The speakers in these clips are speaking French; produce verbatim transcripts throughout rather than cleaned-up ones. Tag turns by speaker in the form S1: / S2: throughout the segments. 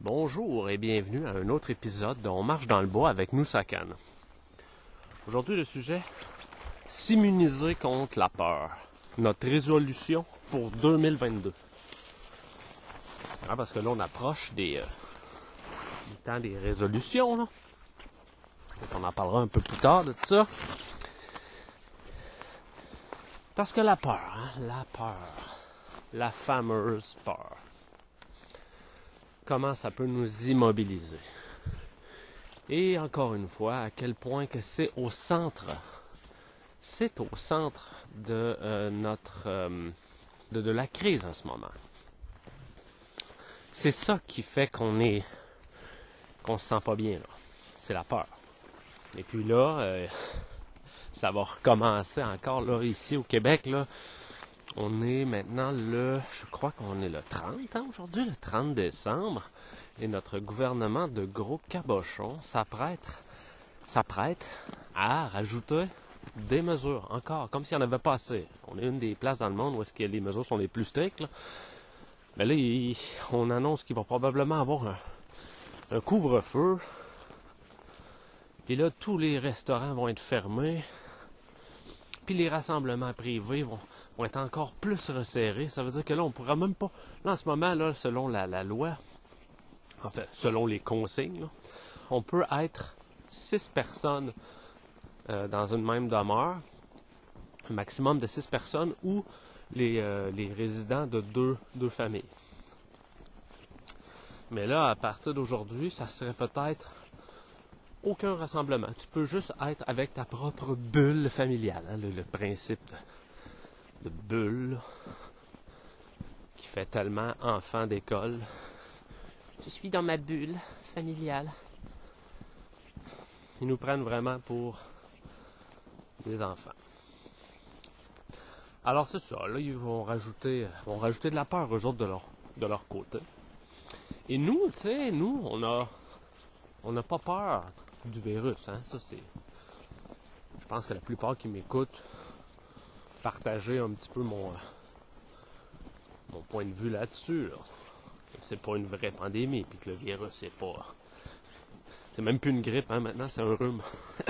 S1: Bonjour et bienvenue à un autre épisode de On marche dans le bois avec nous Sakan. Aujourd'hui le sujet, s'immuniser contre la peur. Notre résolution pour deux mille vingt-deux. Ah, parce que là on approche des, euh, du temps des résolutions. Là. Donc, on en parlera un peu plus tard de tout ça. Parce que la peur, hein, la peur, la fameuse peur. Comment ça peut nous immobiliser. Et encore une fois, à quel point que c'est au centre, c'est au centre de euh, notre euh, de, de la crise en ce moment. C'est ça qui fait qu'on est qu'on se sent pas bien là. C'est la peur. Et puis là, euh, ça va recommencer encore là ici au Québec là. On est maintenant le, je crois qu'on est le trente, hein, aujourd'hui, le trente décembre, et notre gouvernement de gros cabochons s'apprête, s'apprête à rajouter des mesures, encore, comme s'il n'y en avait pas assez. On est une des places dans le monde où est-ce que les mesures sont les plus strictes, là. Mais là, il, on annonce qu'il va probablement avoir un, un couvre-feu, puis là, tous les restaurants vont être fermés, puis les rassemblements privés vont... vont être encore plus resserrés. Ça veut dire que là, on pourra même pas... Là, en ce moment, là, selon la, la loi, enfin, selon les consignes, là, on peut être six personnes euh, dans une même demeure, un maximum de six personnes, ou les, euh, les résidents de deux, deux familles. Mais là, à partir d'aujourd'hui, ça serait peut-être aucun rassemblement. Tu peux juste être avec ta propre bulle familiale, hein, le, le principe de... de bulle qui fait tellement enfant d'école. Je suis dans ma bulle familiale. Ils nous prennent vraiment pour des enfants. Alors c'est ça, là ils vont rajouter, vont rajouter de la peur eux autres de leur, de leur côté. Et nous, tu sais, nous, on a, on n'a pas peur du virus, hein. Ça c'est, je pense que la plupart qui m'écoutent partager un petit peu mon, mon point de vue là-dessus. Là. C'est pas une vraie pandémie, puis que le virus, c'est pas... C'est même plus une grippe, hein, maintenant, c'est un rhume.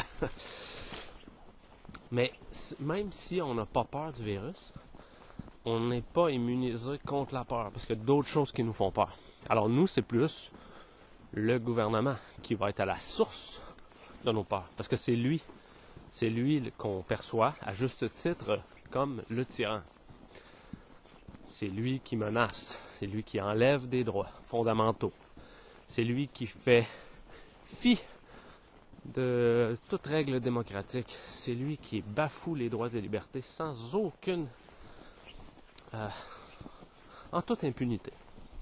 S1: Mais même si on n'a pas peur du virus, on n'est pas immunisé contre la peur, parce qu'il y a d'autres choses qui nous font peur. Alors nous, c'est plus le gouvernement qui va être à la source de nos peurs, parce que c'est lui, c'est lui qu'on perçoit, à juste titre, comme le tyran. C'est lui qui menace, c'est lui qui enlève des droits fondamentaux. C'est lui qui fait fi de toute règle démocratique. C'est lui qui bafoue les droits et libertés sans aucune... Euh, en toute impunité.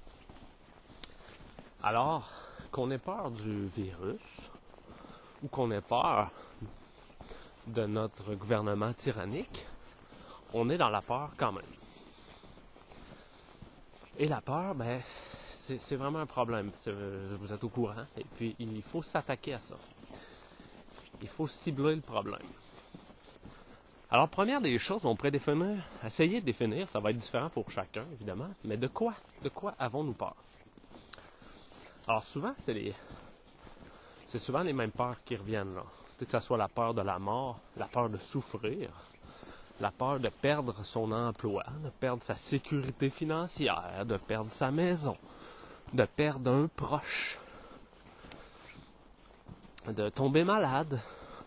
S1: Alors, qu'on ait peur du virus, ou qu'on ait peur de notre gouvernement tyrannique, on est dans la peur quand même. Et la peur, ben, c'est, c'est vraiment un problème. C'est, vous êtes au courant. Et puis, il faut s'attaquer à ça. Il faut cibler le problème. Alors, première des choses, on pourrait définir, essayer de définir, ça va être différent pour chacun, évidemment, mais de quoi, de quoi avons-nous peur? Alors, souvent, c'est les, c'est souvent les mêmes peurs qui reviennent, là. Peut-être que ce soit la peur de la mort, la peur de souffrir, la peur de perdre son emploi, de perdre sa sécurité financière, de perdre sa maison, de perdre un proche, de tomber malade,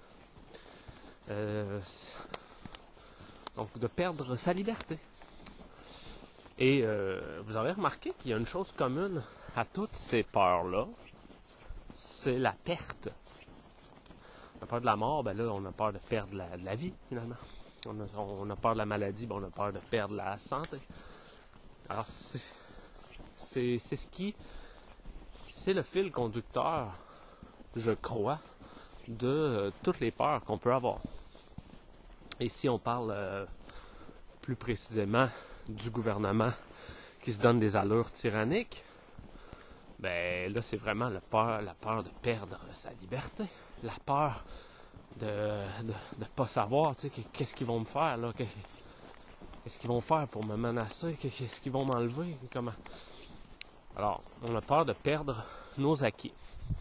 S1: euh, donc de perdre sa liberté. Et euh, vous avez remarqué qu'il y a une chose commune à toutes ces peurs-là, c'est la perte. On a peur de la mort, ben là, on a peur de perdre la, de la vie, finalement. On a, on a peur de la maladie, ben on a peur de perdre la santé. Alors, c'est, c'est, c'est ce qui... C'est le fil conducteur, je crois, de euh, toutes les peurs qu'on peut avoir. Et si on parle euh, plus précisément du gouvernement qui se donne des allures tyranniques, ben là, c'est vraiment la peur, la peur de perdre sa liberté. La peur de de, de pas savoir, tu sais, qu'est-ce qu'ils vont me faire, là, qu'est-ce qu'ils vont faire pour me menacer, qu'est-ce qu'ils vont m'enlever, comment. Alors, on a peur de perdre nos acquis.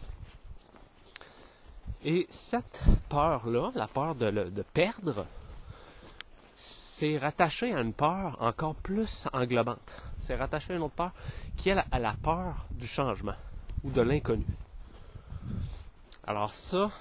S1: Et cette peur-là, la peur de, le, de perdre, c'est rattaché à une peur encore plus englobante. C'est rattaché à une autre peur qui est à la peur du changement ou de l'inconnu. Alors ça,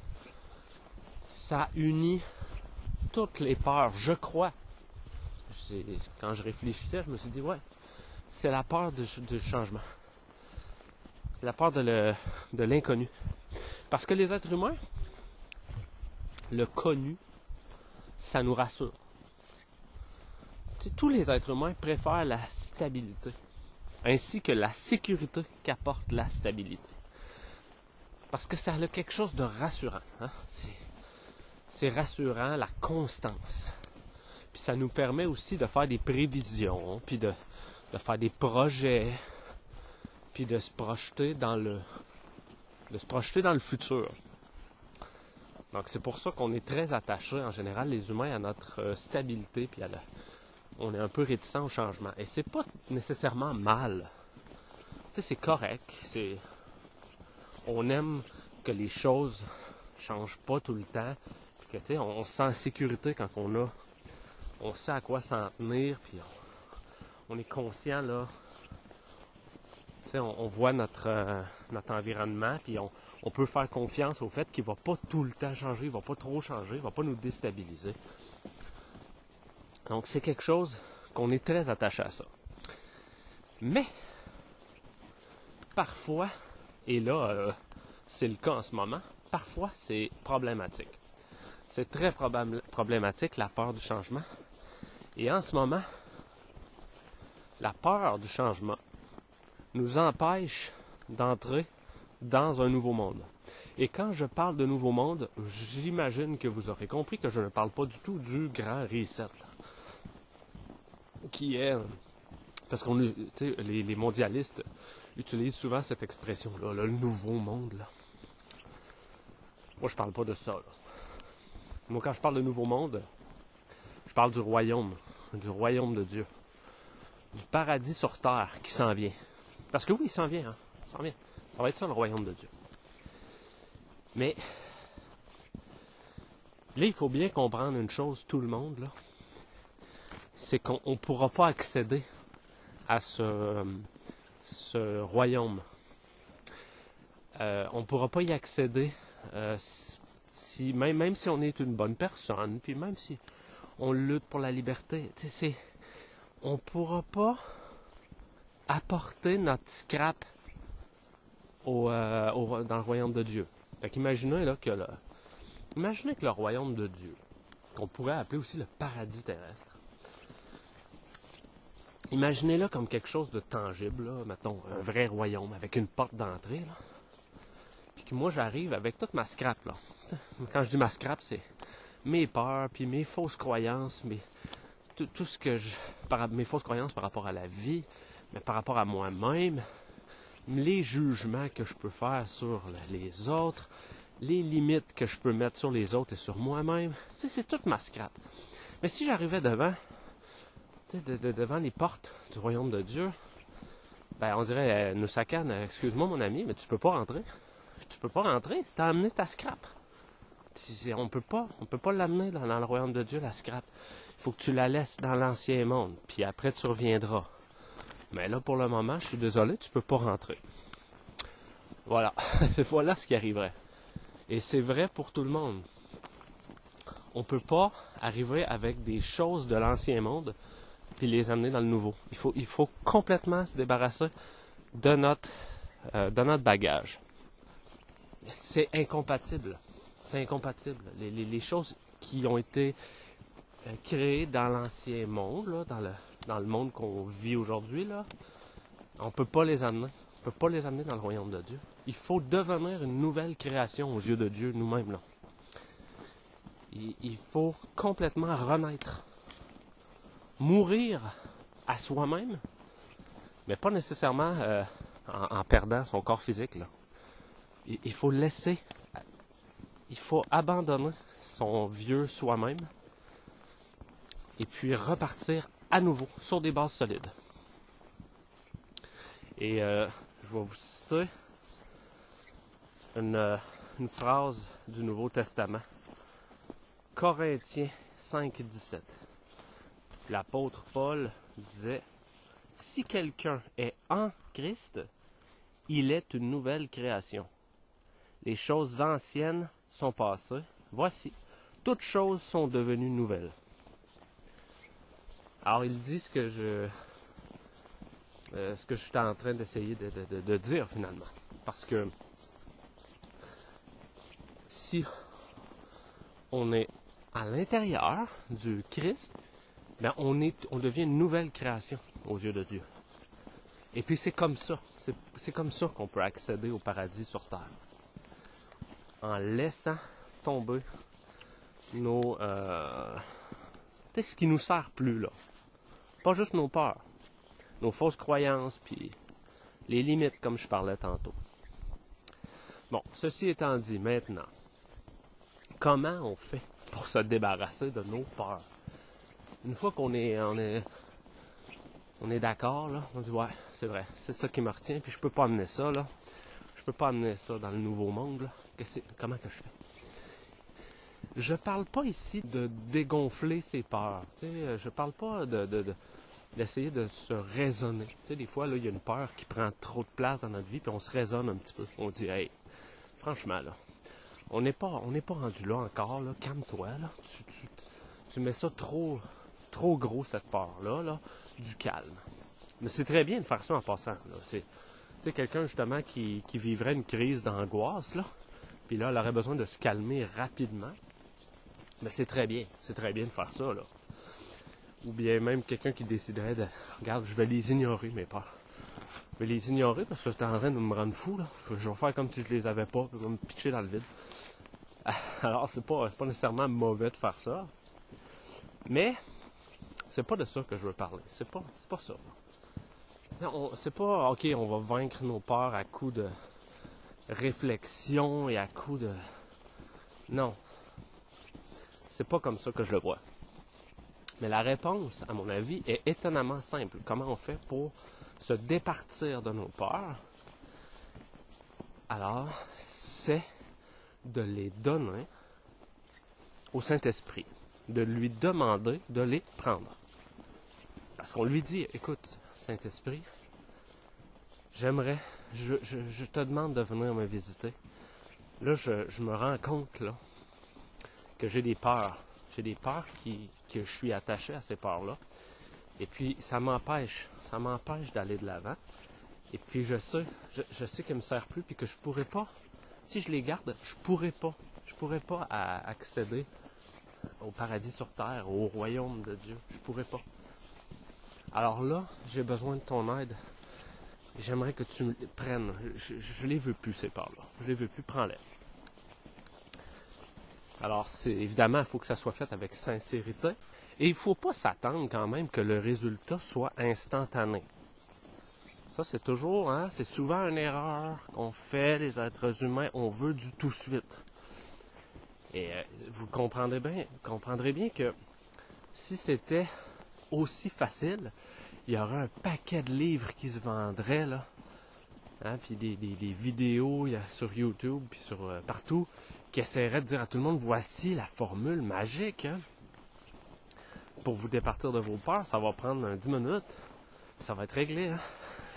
S1: ça unit toutes les peurs, je crois. J'ai, quand je réfléchissais, je me suis dit, ouais, c'est la peur du, du changement. La peur de, le, de l'inconnu. Parce que les êtres humains, le connu, ça nous rassure. Tu sais, tous les êtres humains préfèrent la stabilité, ainsi que la sécurité qu'apporte la stabilité. Parce que ça a quelque chose de rassurant. Hein? C'est, c'est rassurant, la constance. Puis ça nous permet aussi de faire des prévisions, puis de, de faire des projets, puis de se projeter dans le, de se projeter dans le futur. Donc c'est pour ça qu'on est très attachés, en général, les humains, à notre euh, stabilité, puis à la, on est un peu réticent au changement. Et c'est pas nécessairement mal. Tu sais, c'est correct. C'est, on aime que les choses changent pas tout le temps, puis que tu sais, on, on se sent en sécurité quand on a, on sait à quoi s'en tenir, puis on, on est conscient là. Tu sais, on, on voit notre euh, notre environnement, puis on, on peut faire confiance au fait qu'il va pas tout le temps changer, il va pas trop changer, il va pas nous déstabiliser. Donc c'est quelque chose qu'on est très attaché à ça. Mais parfois, et là euh, c'est le cas en ce moment, parfois c'est problématique. C'est très probab- problématique la peur du changement. Et en ce moment, la peur du changement nous empêche d'entrer dans un nouveau monde. Et quand je parle de nouveau monde, j'imagine que vous aurez compris que je ne parle pas du tout du grand reset. Là, qui est... Parce qu'on, tu sais, les, les mondialistes utilisent souvent cette expression-là, là, le nouveau monde. Là. Moi, je parle pas de ça. Là. Moi, quand je parle de nouveau monde, je parle du royaume, du royaume de Dieu. Du paradis sur terre qui s'en vient. Parce que oui, il s'en vient, hein. Il s'en vient. Ça va être ça, le royaume de Dieu. Mais, là, il faut bien comprendre une chose, tout le monde, là. C'est qu'on ne pourra pas accéder à ce, ce royaume. Euh, on ne pourra pas y accéder euh, si, même, même si on est une bonne personne, puis même si on lutte pour la liberté. Tu sais, c'est, on ne pourra pas apporter notre scrap au, euh, au, dans le royaume de Dieu. Fait qu'imaginez là que le, imaginez que le royaume de Dieu, qu'on pourrait appeler aussi le paradis terrestre, imaginez-le comme quelque chose de tangible, là, mettons un vrai royaume avec une porte d'entrée, là. Puis que moi j'arrive avec toute ma scrap, là. Quand je dis ma scrap, c'est mes peurs, puis mes fausses croyances, mes, tout, tout ce que je, par, mes fausses croyances par rapport à la vie, mais par rapport à moi-même, les jugements que je peux faire sur les autres, les limites que je peux mettre sur les autres et sur moi-même, tu sais, c'est toute ma scrap. Mais si j'arrivais devant, tu sais, de, de, devant les portes du royaume de Dieu, ben on dirait, euh, Nusakan, excuse-moi mon ami, mais tu peux pas rentrer. Tu peux pas rentrer, t'as amené ta scrap. On peut pas, on peut pas l'amener dans, dans le royaume de Dieu, la scrap. Il faut que tu la laisses dans l'ancien monde, puis après tu reviendras. Mais là, pour le moment, je suis désolé, tu peux pas rentrer. Voilà. Voilà ce qui arriverait. Et c'est vrai pour tout le monde. On peut pas arriver avec des choses de l'ancien monde puis les amener dans le nouveau. Il faut, il faut complètement se débarrasser de notre, euh, de notre bagage. C'est incompatible. C'est incompatible. Les, les, les choses qui ont été euh, créées dans l'ancien monde, là, dans le dans le monde qu'on vit aujourd'hui, là, on ne peut pas les amener. On ne peut pas les amener dans le royaume de Dieu. Il faut devenir une nouvelle création aux yeux de Dieu nous-mêmes. Là. Il, il faut complètement renaître. Mourir à soi-même, mais pas nécessairement euh, en, en perdant son corps physique. Là. Il, il faut laisser, il faut abandonner son vieux soi-même et puis repartir à nouveau sur des bases solides. Et euh, je vais vous citer une, une phrase du Nouveau Testament. Corinthiens cinq, dix-sept. L'apôtre Paul disait « Si quelqu'un est en Christ, il est une nouvelle création. Les choses anciennes sont passées. Voici, toutes choses sont devenues nouvelles. » Alors, il dit ce que je... Euh, ce que je suis en train d'essayer de, de, de, de dire, finalement. Parce que si on est à l'intérieur du Christ, ben on, est, on devient une nouvelle création aux yeux de Dieu. Et puis c'est comme ça, c'est, c'est comme ça qu'on peut accéder au paradis sur terre. En laissant tomber nos... Euh, tu sais, ce qui nous sert plus, là. Pas juste nos peurs, nos fausses croyances, puis les limites, comme je parlais tantôt. Bon, ceci étant dit, maintenant, comment on fait pour se débarrasser de nos peurs? Une fois qu'on est, on est, on est d'accord, là, on dit ouais, c'est vrai, c'est ça qui me retient, puis je peux pas amener ça, là. Je peux pas amener ça dans le nouveau monde, là. Qu'est-ce, comment que je fais? Je parle pas ici de dégonfler ses peurs. Tu sais, je parle pas de, de, de d'essayer de se raisonner. Tu sais, des fois, là, il y a une peur qui prend trop de place dans notre vie, puis on se raisonne un petit peu. On dit, hey, franchement, là, on n'est pas, on n'est pas rendu là encore, là. Calme-toi, là. Tu, tu, tu mets ça trop, trop gros, cette peur-là, là. Du calme. Mais c'est très bien de faire ça en passant, là. C'est, tu sais, quelqu'un, justement, qui, qui vivrait une crise d'angoisse, là, puis là, elle aurait besoin de se calmer rapidement. Mais c'est très bien, c'est très bien de faire ça, là. Ou bien même quelqu'un qui déciderait de... Regarde, je vais les ignorer, mes peurs. Je vais les ignorer parce que c'est en train de me rendre fou, là. Je, je vais faire comme si je les avais pas, je vais me pitcher dans le vide. Alors, c'est pas, c'est pas nécessairement mauvais de faire ça. Mais, c'est pas de ça que je veux parler. C'est pas, c'est pas ça. On, c'est pas, OK, on va vaincre nos peurs à coup de réflexion et à coup de... Non. C'est pas comme ça que je le vois. Mais la réponse, à mon avis, est étonnamment simple. Comment on fait pour se départir de nos peurs? Alors, c'est de les donner au Saint-Esprit, de lui demander de les prendre. Parce qu'on lui dit, écoute, Saint-Esprit, j'aimerais, je, je, je te demande de venir me visiter. Là, je, je me rends compte, là, que j'ai des peurs. J'ai des peurs qui, que je suis attaché à ces peurs-là. Et puis, ça m'empêche, ça m'empêche d'aller de l'avant. Et puis, je sais, je, je sais qu'elles ne me servent plus, puis que je pourrais pas, si je les garde, je pourrais pas, je pourrais pas à, accéder au paradis sur terre, au royaume de Dieu. Je pourrais pas. Alors là, j'ai besoin de ton aide. J'aimerais que tu me prennes. Je, je les veux plus, ces peurs-là. Je les veux plus, prends-les. Alors, c'est, évidemment, il faut que ça soit fait avec sincérité. Et il ne faut pas s'attendre quand même que le résultat soit instantané. Ça, c'est toujours, hein, c'est souvent une erreur qu'on fait, les êtres humains. On veut du tout de suite. Et euh, vous comprendrez bien, comprendrez bien que si c'était aussi facile, il y aurait un paquet de livres qui se vendraient, là. Hein, puis des, des, des vidéos y a sur YouTube, puis sur euh, partout, qui essaieraient de dire à tout le monde, voici la formule magique, hein. Pour vous départir de vos peurs, ça va prendre dix minutes, ça va être réglé, hein.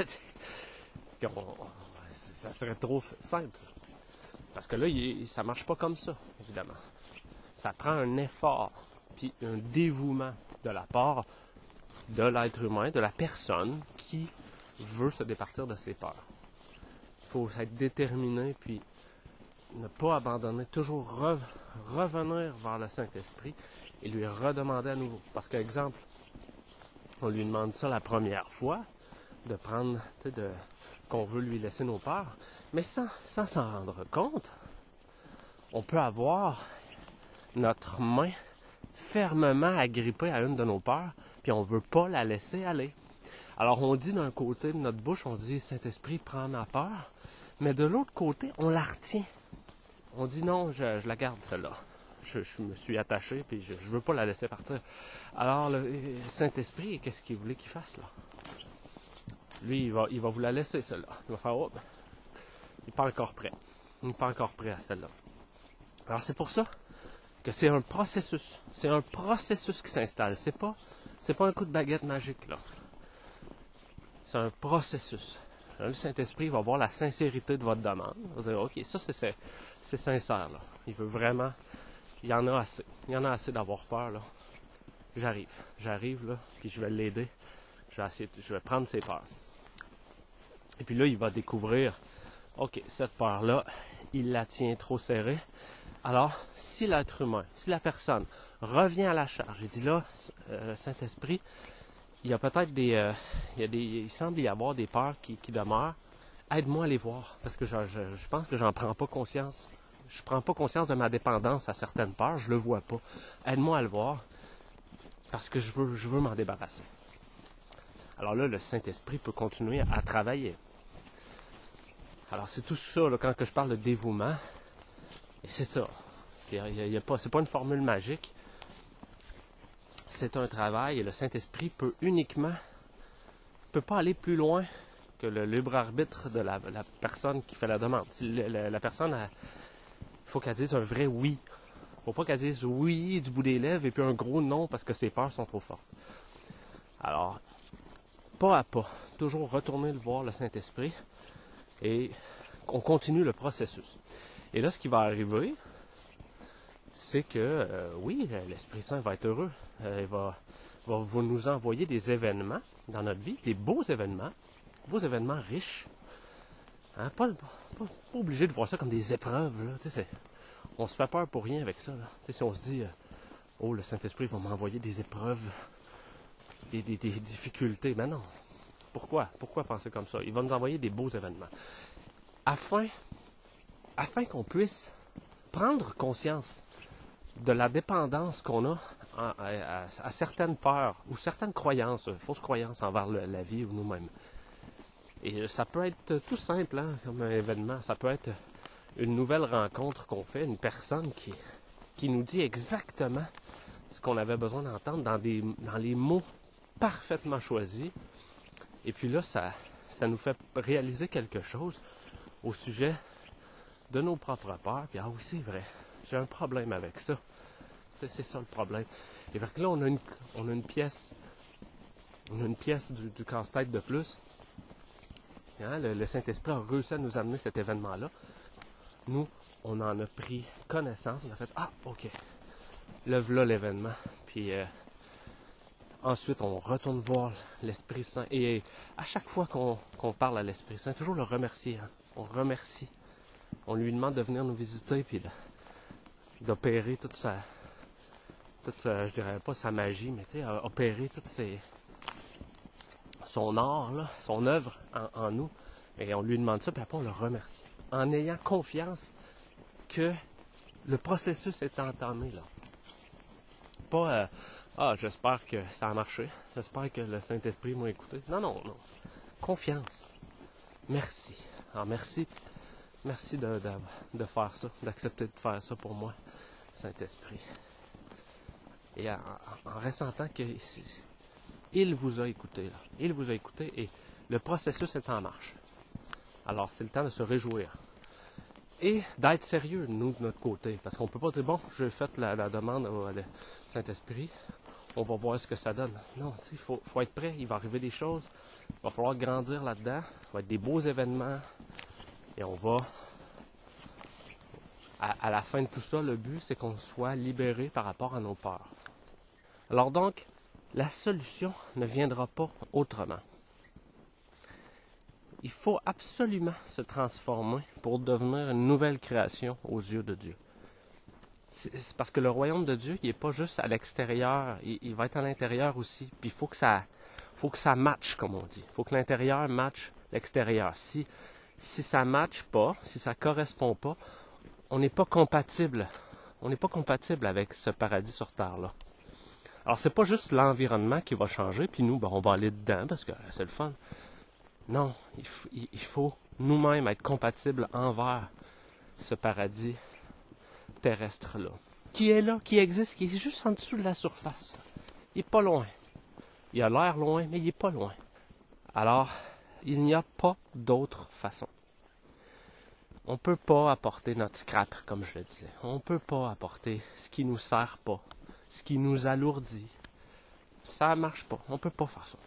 S1: Ça serait trop simple. Parce que là, il, ça marche pas comme ça, évidemment. Ça prend un effort, puis un dévouement de la part de l'être humain, de la personne qui veut se départir de ses peurs. Il faut être déterminé, puis ne pas abandonner, toujours re- revenir vers le Saint-Esprit et lui redemander à nouveau. Parce qu'exemple, on lui demande ça la première fois, de prendre, tu sais, de, qu'on veut lui laisser nos peurs, mais sans, sans s'en rendre compte, on peut avoir notre main fermement agrippée à une de nos peurs, puis on ne veut pas la laisser aller. Alors on dit d'un côté de notre bouche, on dit « Saint-Esprit, prends ma peur », mais de l'autre côté, on la retient. On dit « Non, je, je la garde celle-là. Je, je me suis attaché, puis je ne veux pas la laisser partir. » Alors le, le Saint-Esprit, qu'est-ce qu'il voulait qu'il fasse là? Lui, il va, il va vous la laisser celle-là. Il va faire « Oh, il n'est pas encore prêt. » On n'est pas encore prêt à celle-là. Alors c'est pour ça que c'est un processus. C'est un processus qui s'installe. C'est pas, c'est pas un coup de baguette magique, là. C'est un processus. Là, le Saint-Esprit va voir la sincérité de votre demande. Il va dire, OK, ça, c'est, c'est, c'est sincère, là. Il veut vraiment... Il y en a assez. Il y en a assez d'avoir peur, là. J'arrive. J'arrive, là, puis je vais l'aider. Je vais essayer, je vais prendre ses peurs. Et puis là, il va découvrir, OK, cette peur-là, il la tient trop serrée. Alors, si l'être humain, si la personne revient à la charge, il dit là, euh, Saint-Esprit, il y a peut-être des, euh, il y a des, il semble y avoir des peurs qui, qui demeurent. Aide-moi à les voir, parce que je, je, je pense que j'en prends pas conscience. Je prends pas conscience de ma dépendance à certaines peurs, je le vois pas. Aide-moi à le voir, parce que je veux, je veux m'en débarrasser. Alors là, le Saint-Esprit peut continuer à travailler. Alors c'est tout ça, là, quand que je parle de dévouement, et c'est ça. Il y a, il y a pas, c'est pas une formule magique. C'est un travail et le Saint-Esprit peut uniquement, peut pas aller plus loin que le libre arbitre de la, la personne qui fait la demande. Si la, la, la personne, il faut qu'elle dise un vrai oui. Faut pas qu'elle dise oui du bout des lèvres et puis un gros non parce que ses peurs sont trop fortes. Alors, pas à pas, toujours retourner le voir le Saint-Esprit et on continue le processus. Et là, ce qui va arriver, c'est que, euh, oui, l'Esprit Saint va être heureux. Euh, il va, va, va nous envoyer des événements dans notre vie, des beaux événements, beaux événements riches. Hein, pas, pas, pas obligé de voir ça comme des épreuves. Là. Tu sais, on se fait peur pour rien avec ça. Là. Tu sais, si on se dit, euh, oh, le Saint-Esprit va m'envoyer des épreuves, des, des, des difficultés. Mais non. Pourquoi? Pourquoi penser comme ça? Il va nous envoyer des beaux événements. Afin, afin qu'on puisse prendre conscience de la dépendance qu'on a à, à, à certaines peurs ou certaines croyances, fausses croyances envers le, la vie ou nous-mêmes. Et ça peut être tout simple hein, comme un événement. Ça peut être une nouvelle rencontre qu'on fait, une personne qui, qui nous dit exactement ce qu'on avait besoin d'entendre dans, des, dans les mots parfaitement choisis. Et puis là, ça, ça nous fait réaliser quelque chose au sujet de nos propres peurs. Puis ah oui, c'est vrai, j'ai un problème avec ça. C'est, c'est ça le problème. Et fait que là, on a une, on a une pièce, on a une pièce du, du casse-tête de plus. Hein, le, le Saint-Esprit a réussi à nous amener cet événement-là. Nous, on en a pris connaissance. On a fait, ah, OK, là, voilà l'événement. Puis euh, ensuite, on retourne voir l'Esprit Saint. Et à chaque fois qu'on, qu'on parle à l'Esprit Saint, toujours le remercier. Hein. On remercie. On lui demande de venir nous visiter puis de, d'opérer toute sa... toute, euh, je dirais pas sa magie, mais tu sais, opérer toute ses... son art, là, son œuvre en, en nous. Et on lui demande ça, puis après on le remercie. En ayant confiance que le processus est entamé, là. Pas, euh, ah, j'espère que ça a marché. J'espère que le Saint-Esprit m'a écouté. Non, non, non. Confiance. Merci. Alors, merci. Merci de, de, de faire ça, d'accepter de faire ça pour moi, Saint-Esprit. Et en, en ressentant que il vous a écouté, là. Il vous a écouté et le processus est en marche. Alors, c'est le temps de se réjouir. Et d'être sérieux, nous, de notre côté. Parce qu'on ne peut pas dire, bon, j'ai fait la, la demande au Saint-Esprit, on va voir ce que ça donne. Non, tu sais, il faut, faut être prêt, il va arriver des choses, il va falloir grandir là-dedans, ça va être des beaux événements, et on va... À, à la fin de tout ça, le but, c'est qu'on soit libéré par rapport à nos peurs. Alors donc, la solution ne viendra pas autrement. Il faut absolument se transformer pour devenir une nouvelle création aux yeux de Dieu. C'est parce que le royaume de Dieu, il n'est pas juste à l'extérieur, il, il va être à l'intérieur aussi. Puis il faut que ça, faut que ça matche, comme on dit. Il faut que l'intérieur matche l'extérieur. Si, si ça ne matche pas, si ça ne correspond pas, on n'est pas compatible. On n'est pas compatible avec ce paradis sur terre-là. Alors, c'est pas juste l'environnement qui va changer, puis nous, ben, on va aller dedans parce que c'est le fun. Non, il, f- il faut nous-mêmes être compatibles envers ce paradis terrestre-là. Qui est là, qui existe, qui est juste en dessous de la surface. Il n'est pas loin. Il a l'air loin, mais il n'est pas loin. Alors, il n'y a pas d'autre façon. On peut pas apporter notre scrap, comme je le disais. On peut pas apporter ce qui nous sert pas, ce qui nous alourdit. Ça marche pas. On peut pas faire ça.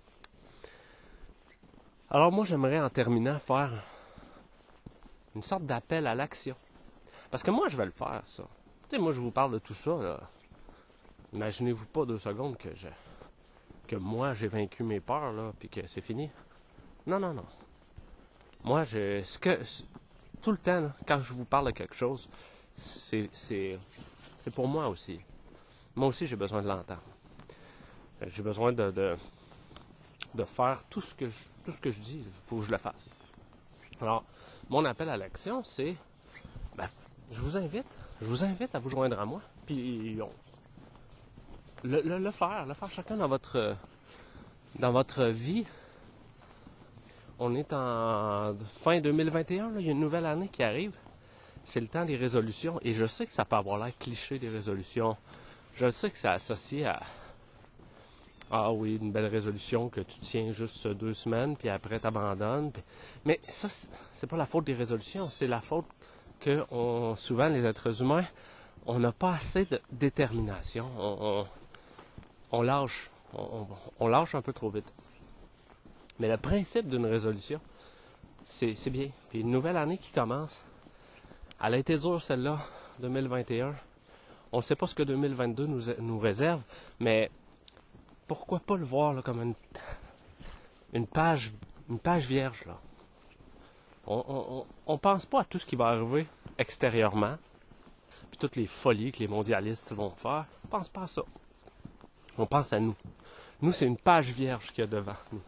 S1: Alors moi, j'aimerais en terminant faire une sorte d'appel à l'action. Parce que moi, je vais le faire, ça. Tu sais, moi, je vous parle de tout ça, là. Imaginez-vous pas deux secondes que je, que moi, j'ai vaincu mes peurs, là, puis que c'est fini. Non, non, non. Moi, je, ce que, tout le temps, là, quand je vous parle de quelque chose, c'est, c'est, c'est pour moi aussi. Moi aussi, j'ai besoin de l'entendre. J'ai besoin de, de, de faire tout ce que je, tout ce que je dis. Il faut que je le fasse. Alors, mon appel à l'action, c'est, ben, je vous invite, je vous invite à vous joindre à moi, puis on, le, le, le faire, le faire chacun dans votre, dans votre vie. On est en fin deux mille vingt et un, là, il y a une nouvelle année qui arrive. C'est le temps des résolutions, et je sais que ça peut avoir l'air cliché des résolutions. Je sais que c'est associé à ah oui, une belle résolution que tu tiens juste deux semaines, puis après t'abandonnes. Puis... Mais ça, c'est pas la faute des résolutions, c'est la faute que on, souvent les êtres humains, on n'a pas assez de détermination. On, on, on lâche, on, on lâche un peu trop vite. Mais le principe d'une résolution, c'est, c'est bien. Puis une nouvelle année qui commence, elle a été dure celle-là, deux mille vingt et un. On ne sait pas ce que deux mille vingt-deux nous, nous réserve, mais pourquoi pas le voir là, comme une, une page une page vierge. Là. On ne pense pas à tout ce qui va arriver extérieurement, puis toutes les folies que les mondialistes vont faire. On pense pas à ça. On pense à nous. Nous, c'est une page vierge qu'il y a devant nous.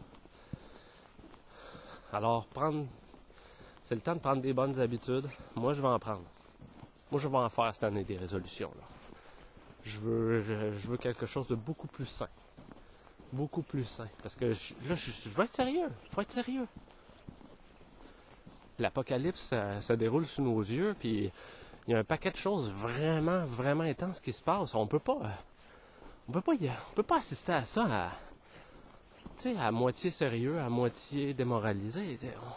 S1: Alors, prendre, c'est le temps de prendre des bonnes habitudes. Moi, je vais en prendre. Moi, je vais en faire cette année des résolutions. Là. Je veux, je, je veux quelque chose de beaucoup plus sain. Beaucoup plus sain. Parce que je, là, je, je veux être sérieux. Il faut être sérieux. L'apocalypse, ça, ça déroule sous nos yeux, puis il y a un paquet de choses vraiment, vraiment intenses qui se passent. On peut pas, on peut pas, on peut pas assister à ça, à, tu sais, à moitié sérieux, à moitié démoralisé.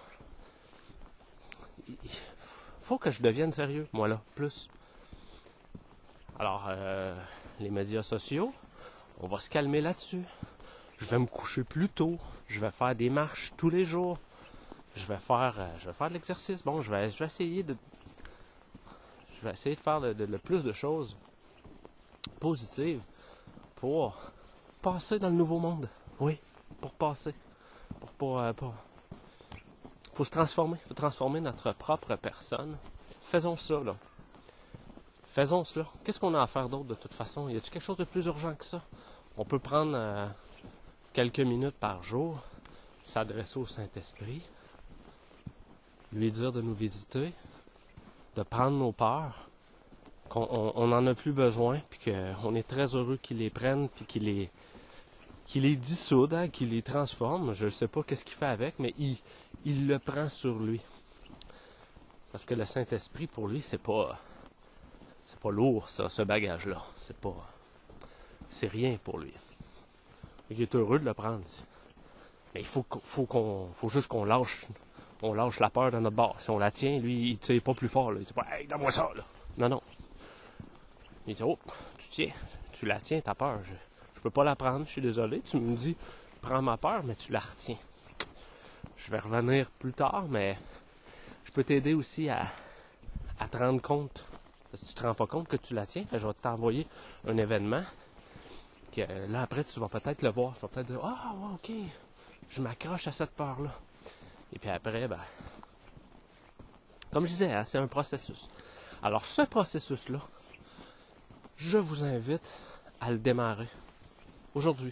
S1: On, il faut que je devienne sérieux, moi là, plus. Alors, euh, les médias sociaux, on va se calmer là-dessus. Je vais me coucher plus tôt. Je vais faire des marches tous les jours. Je vais faire, euh, je vais faire de l'exercice. Bon, je vais, je vais essayer de, je vais essayer de faire le, le, le plus de choses positives pour passer dans le nouveau monde. Oui, pour passer, pour pour, euh, pour faut se transformer, faut transformer notre propre personne. Faisons ça là. Faisons cela. Qu'est-ce qu'on a à faire d'autre de toute façon? Y a-t-il quelque chose de plus urgent que ça? On peut prendre euh, quelques minutes par jour, s'adresser au Saint-Esprit, lui dire de nous visiter, de prendre nos peurs, qu'on n'en a plus besoin, puis qu'on est très heureux qu'il les prenne, puis qu'il les, qu'il les dissoude, hein, qu'il les transforme. Je ne sais pas qu'est-ce qu'il fait avec, mais il, il le prend sur lui. Parce que le Saint-Esprit, pour lui, c'est pas, c'est pas lourd, ça, ce bagage-là. C'est pas, c'est rien pour lui. Il est heureux de le prendre. Mais il faut, faut qu'on, faut juste qu'on lâche, on lâche la peur de notre bord. Si on la tient, lui, il tire pas plus fort. Là. Il dit pas, hey, donne-moi ça. Là. Non, non. Il dit, oh, tu tiens, tu la tiens, ta peur. Je, je peux pas la prendre, je suis désolé. Tu me dis, prends ma peur, mais tu la retiens. Je vais revenir plus tard, mais je peux t'aider aussi à, à te rendre compte. Parce que tu te rends pas compte que tu la tiens, je vais t'envoyer un événement. Que, là, après, tu vas peut-être le voir. Tu vas peut-être dire, ah, oh, ok, je m'accroche à cette peur-là. Et puis après, ben, comme je disais, hein, c'est un processus. Alors, ce processus-là, je vous invite à le démarrer aujourd'hui.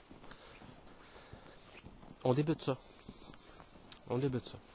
S1: On débute ça. On débute ça.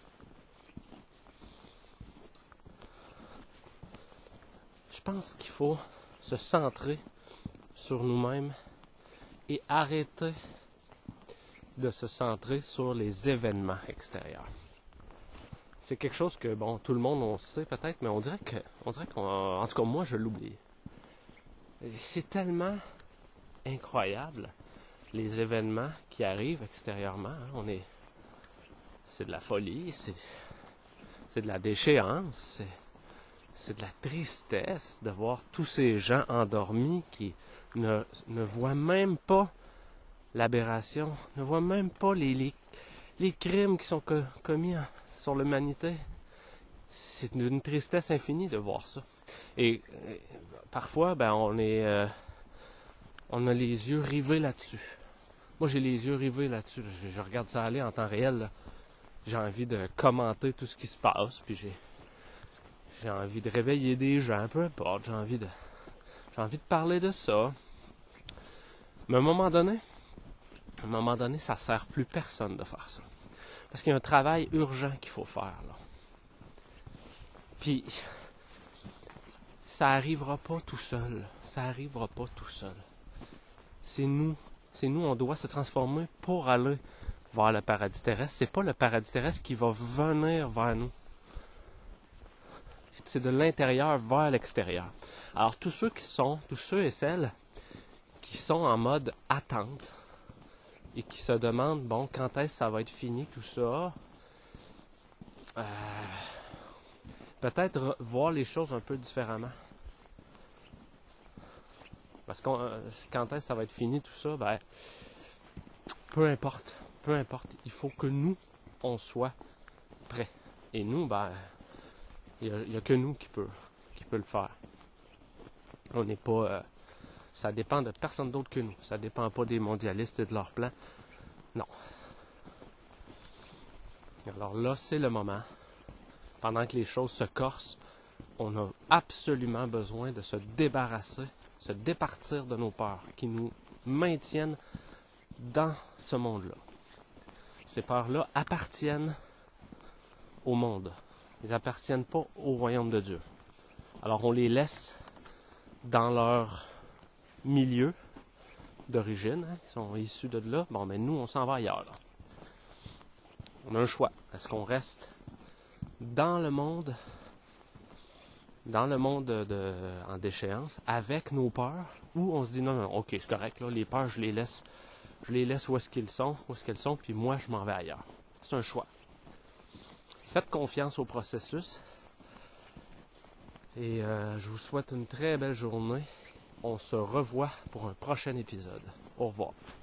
S1: Je pense qu'il faut se centrer sur nous-mêmes et arrêter de se centrer sur les événements extérieurs. C'est quelque chose que, bon, tout le monde on sait peut-être, mais on dirait que, on dirait qu'on, en tout cas moi je l'oublie. C'est tellement incroyable les événements qui arrivent extérieurement. Hein. On est, c'est de la folie, c'est, c'est de la déchéance, c'est, c'est de la tristesse de voir tous ces gens endormis qui ne, ne voient même pas l'aberration, ne voient même pas les, les, les crimes qui sont co- commis en, sur l'humanité. C'est une tristesse infinie de voir ça. Et, et parfois, ben, on est, euh, on a les yeux rivés là-dessus. Moi, j'ai les yeux rivés là-dessus. Je, je regarde ça aller en temps réel. Là. J'ai envie de commenter tout ce qui se passe, puis j'ai, j'ai envie de réveiller des gens, peu importe. J'ai envie de, j'ai envie de parler de ça. Mais à un moment donné, à un moment donné, ça sert plus personne de faire ça. Parce qu'il y a un travail urgent qu'il faut faire, là. Puis, ça arrivera pas tout seul. Ça arrivera pas tout seul. C'est nous. C'est nous, on doit se transformer pour aller vers le paradis terrestre. C'est pas le paradis terrestre qui va venir vers nous. C'est de l'intérieur vers l'extérieur. Alors, tous ceux qui sont, tous ceux et celles qui sont en mode attente et qui se demandent, bon, quand est-ce que ça va être fini tout ça, euh, peut-être re- voir les choses un peu différemment. Parce que euh, quand est-ce que ça va être fini tout ça, ben, peu importe, peu importe, il faut que nous, on soit prêts. Et nous, ben, il n'y a, a que nous qui peut, qui peut le faire. On n'est pas... Euh, ça dépend de personne d'autre que nous. Ça dépend pas des mondialistes et de leur plan. Non. Alors là, c'est le moment. Pendant que les choses se corsent, on a absolument besoin de se débarrasser, se départir de nos peurs qui nous maintiennent dans ce monde-là. Ces peurs-là appartiennent au monde. Ils n'appartiennent pas au royaume de Dieu. Alors on les laisse dans leur milieu d'origine. Hein, ils sont issus de là. Bon, mais nous, on s'en va ailleurs. Là. On a un choix. Est-ce qu'on reste dans le monde, dans le monde de, de, en déchéance, avec nos peurs, ou on se dit non, non, ok, c'est correct, là, les peurs, je les laisse, je les laisse où est-ce qu'ils sont, où est-ce qu'elles sont, puis moi, je m'en vais ailleurs. C'est un choix. Faites confiance au processus. Et euh, je vous souhaite une très belle journée. On se revoit pour un prochain épisode. Au revoir.